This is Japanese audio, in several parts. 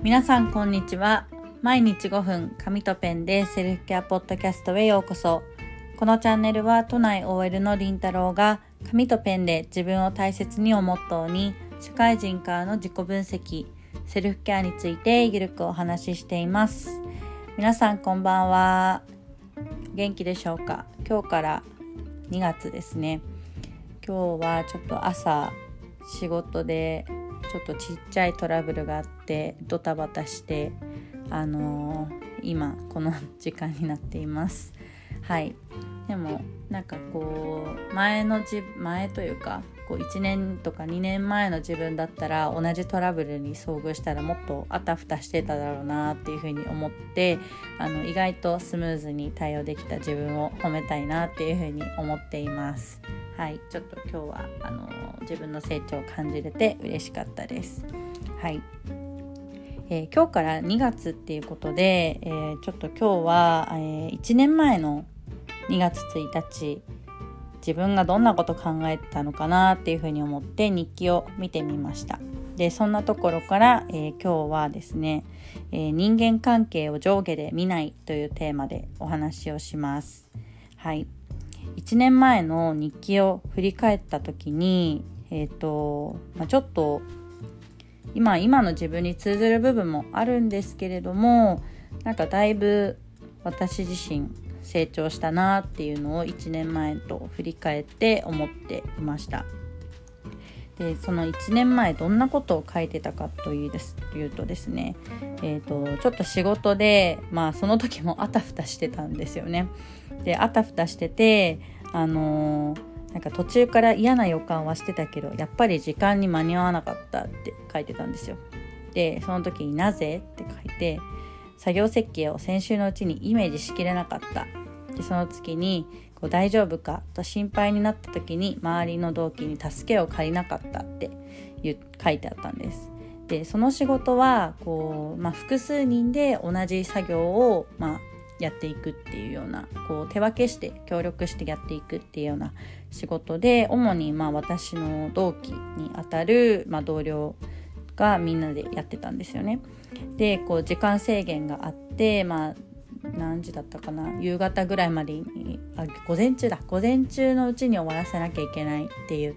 皆さんこんにちは。毎日5分紙とペンでセルフケアポッドキャストへようこそ。このチャンネルは都内 OL のりんたろーが紙とペンで自分を大切にをモットーに社会人からの自己分析、セルフケアについてゆるくお話ししています。皆さんこんばんは。元気でしょうか？今日から2月ですね。今日はちょっと朝仕事でちょっとちっちゃいトラブルがあってドタバタして今この時間になっています。はい。でもなんかこう前というか1年とか2年前の自分だったら同じトラブルに遭遇したらもっとあたふたしてただろうなっていうふうに思って意外とスムーズに対応できた自分を褒めたいなっていうふうに思っています。はい。ちょっと今日は自分の成長を感じれて嬉しかったです。はい。今日から2月っていうことで、ちょっと今日は、1年前の2月1日自分がどんなこと考えてたのかなっていうふうに思って日記を見てみました。でそんなところから、今日はですね、人間関係を上下で見ないというテーマでお話をします。はい。1年前の日記を振り返った時に、ちょっと今の自分に通ずる部分もあるんですけれども、なんかだいぶ私自身成長したなっていうのを1年前と振り返って思っていました。でその1年前どんなことを書いてたかというとですね、ちょっと仕事でその時もあたふたしてたんですよね。であたふたしててなんか途中から嫌な予感はしてたけどやっぱり時間に間に合わなかったって書いてたんですよ。でその時になぜって書いて、作業設計を先週のうちにイメージしきれなかった。でその次に大丈夫かと心配になった時に周りの同期に助けを借りなかったって書いてあったんです。でその仕事は複数人で同じ作業をやっていくっていうような手分けして協力してやっていくっていうような仕事で、主に私の同期にあたる、同僚がみんなでやってたんですよね。で時間制限があって何時だったかな、夕方ぐらいまでに午前中のうちに終わらせなきゃいけないって言って、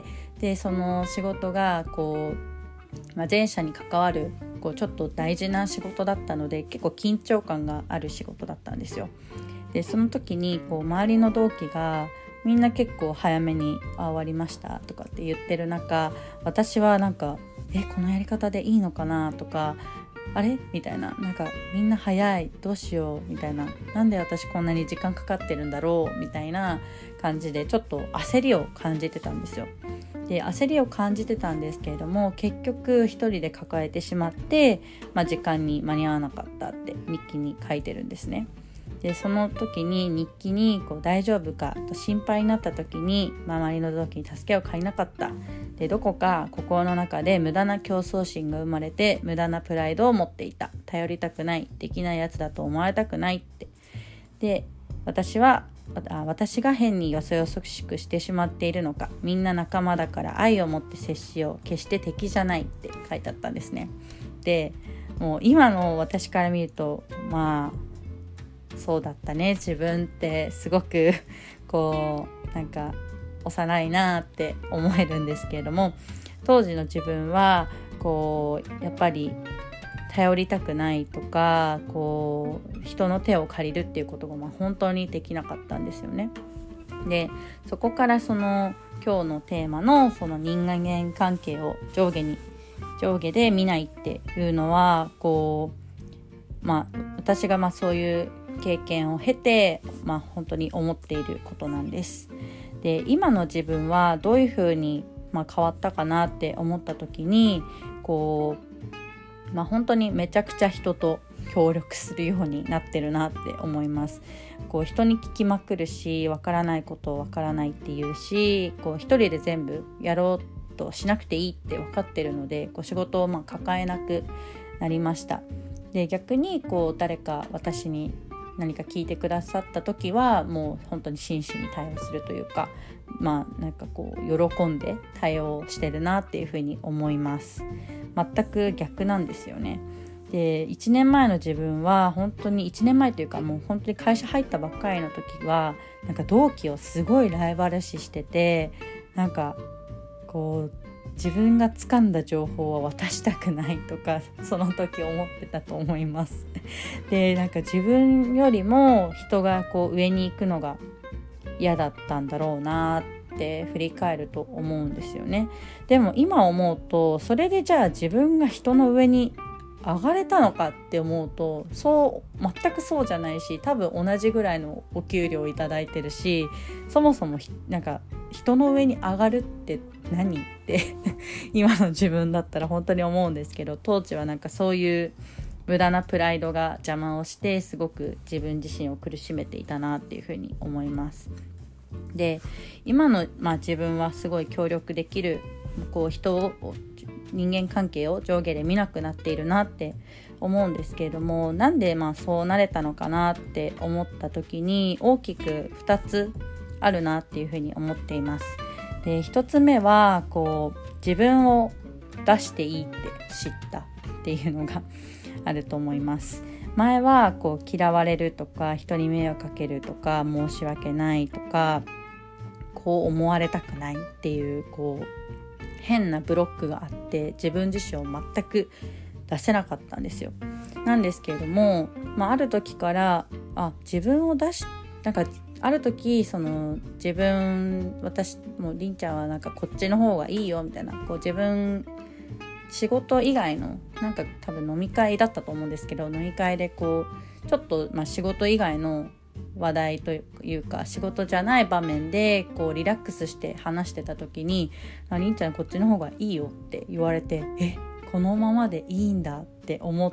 でその仕事が全社に関わるちょっと大事な仕事だったので結構緊張感がある仕事だったんですよ。でその時に周りの同期がみんな結構早めに終わりましたとかって言ってる中、私はなんかこのやり方でいいのかなとか、あれみたいな、なんかみんな早いどうしようみたいな、なんで私こんなに時間かかってるんだろうみたいな感じでちょっと焦りを感じてたんですよ。で焦りを感じてたんですけれども結局一人で抱えてしまって、時間に間に合わなかったって日記に書いてるんですね。でその時に日記に大丈夫かと心配になった時に周りの同期に助けを借りなかった。でどこか心の中で無駄な競争心が生まれて無駄なプライドを持っていた。頼りたくない、できないやつだと思われたくないって。で私が変によそよそしくしてしまっているのか、みんな仲間だから愛を持って接しよう、決して敵じゃないって書いてあったんですね。でもう今の私から見るとそうだったね、自分ってすごくなんか幼いなって思えるんですけれども、当時の自分はやっぱり頼りたくないとか人の手を借りるっていうことが本当にできなかったんですよね。でそこから今日のテーマのその人間関係を上下で見ないっていうのは私がそういう経験を経て本当に思っていることなんです。で今の自分はどういうふうに変わったかなって思った時に本当にめちゃくちゃ人と協力するようになってるなって思います。人に聞きまくるし、わからないことをわからないって言うし、一人で全部やろうとしなくていいって分かってるので仕事を抱えなくなりました。で逆に誰か私に何か聞いてくださった時はもう本当に真摯に対応するというか、 なんかこう喜んで対応してるなっていうふうに思います。全く逆なんですよね。で1年前の自分は本当に1年前というかもう本当に会社入ったばっかりの時はなんか同期をすごいライバル視してて、なんかこう自分が掴んだ情報は渡したくないとかその時思ってたと思いますでなんか自分よりも人がこう上に行くのが嫌だったんだろうなって振り返ると思うんですよね。でも今思うとそれでじゃあ自分が人の上に上がれたのかって思うと全くそうじゃないし、多分同じぐらいのお給料いただいてるし、そもそもなんか人の上に上がるって何って今の自分だったら本当に思うんですけど、当時はなんかそういう無駄なプライドが邪魔をしてすごく自分自身を苦しめていたなっていうふうに思います。で今の、自分はすごい協力できるこう人間関係を上下で見なくなっているなって思うんですけれども、なんでそうなれたのかなって思った時に大きく2つあるなっていうふうに思っています。で1つ目はこう自分を出していいって知ったっていうのがあると思います。前はこう嫌われるとか人に迷惑かけるとか申し訳ないとかこう思われたくないっていうこう変なブロックがあって自分自身を全く出せなかったんですよ。なんですけれども、ある時から自分をなんかある時私もりんちゃんはなんかこっちの方がいいよみたいなこう自分仕事以外のなんか多分飲み会だったと思うんですけど、飲み会でこうちょっと仕事以外の話題というか仕事じゃない場面でこうリラックスして話してた時にりんちゃんこっちの方がいいよって言われてこのままでいいんだって思って、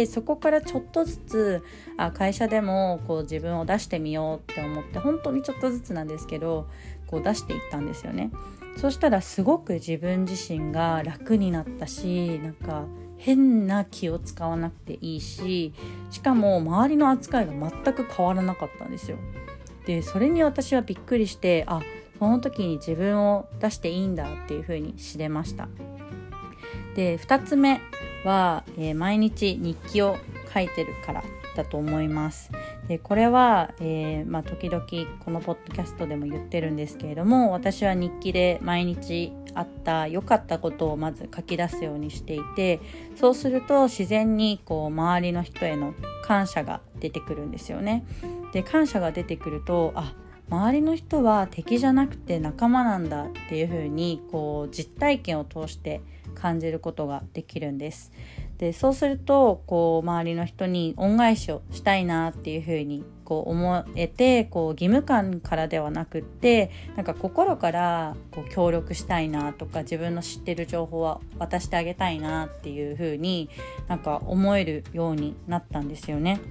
そこからちょっとずつ会社でもこう自分を出してみようって思って本当にちょっとずつなんですけどこう出していったんですよね。そしたらすごく自分自身が楽になったし、なんか変な気を使わなくていいし、しかも周りの扱いが全く変わらなかったんですよ。でそれに私はびっくりしてその時に自分を出していいんだっていう風に知れました。で2つ目は、毎日日記を書いてるからだと思います。でこれは、時々このポッドキャストでも言ってるんですけれども、私は日記で毎日あった良かったことをまず書き出すようにしていて、そうすると自然にこう周りの人への感謝が出てくるんですよね。で感謝が出てくると周りの人は敵じゃなくて仲間なんだっていう風にこう実体験を通して感じることができるんです。でそうするとこう周りの人に恩返しをしたいなっていう風にこう思えて、こう義務感からではなくってなんか心からこう協力したいなとか自分の知ってる情報は渡してあげたいなっていう風になんか思えるようになったんですよね。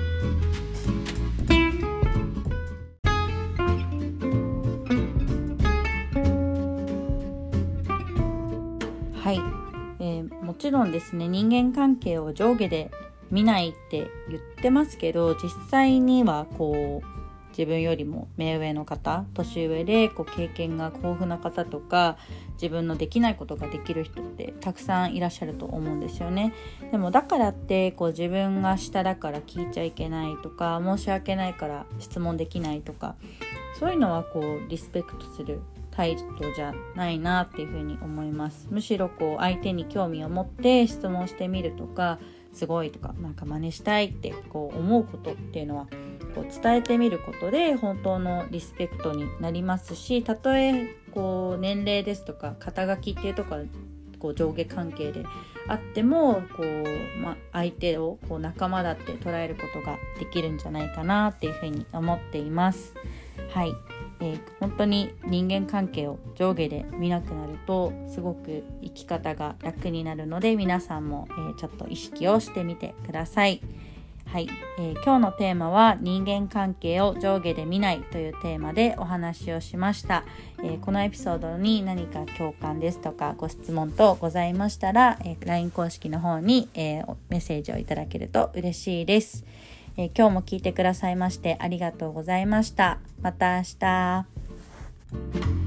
はい、もちろんですね、人間関係を上下で見ないって言ってますけど、実際にはこう自分よりも目上の方、年上でこう経験が豊富な方とか自分のできないことができる人ってたくさんいらっしゃると思うんですよね。でもだからってこう自分が下だから聞いちゃいけないとか、申し訳ないから質問できないとか、そういうのはこうリスペクトする態度じゃないなっていうふうに思います。むしろこう相手に興味を持って質問してみるとか、すごいとかなんか真似したいってこう思うことっていうのはこう伝えてみることで本当のリスペクトになりますし、たとえこう年齢ですとか肩書きっていうところこう上下関係であってもこう、相手をこう仲間だって捉えることができるんじゃないかなっていうふうに思っています。はい、本当に人間関係を上下で見なくなるとすごく生き方が楽になるので、皆さんも、ちょっと意識をしてみてください。はい、今日のテーマは人間関係を上下で見ないというテーマでお話をしました。このエピソードに何か共感ですとかご質問等ございましたら、LINE 公式の方に、メッセージをいただけると嬉しいです。今日も聞いてくださいましてありがとうございました。また明日。 ます。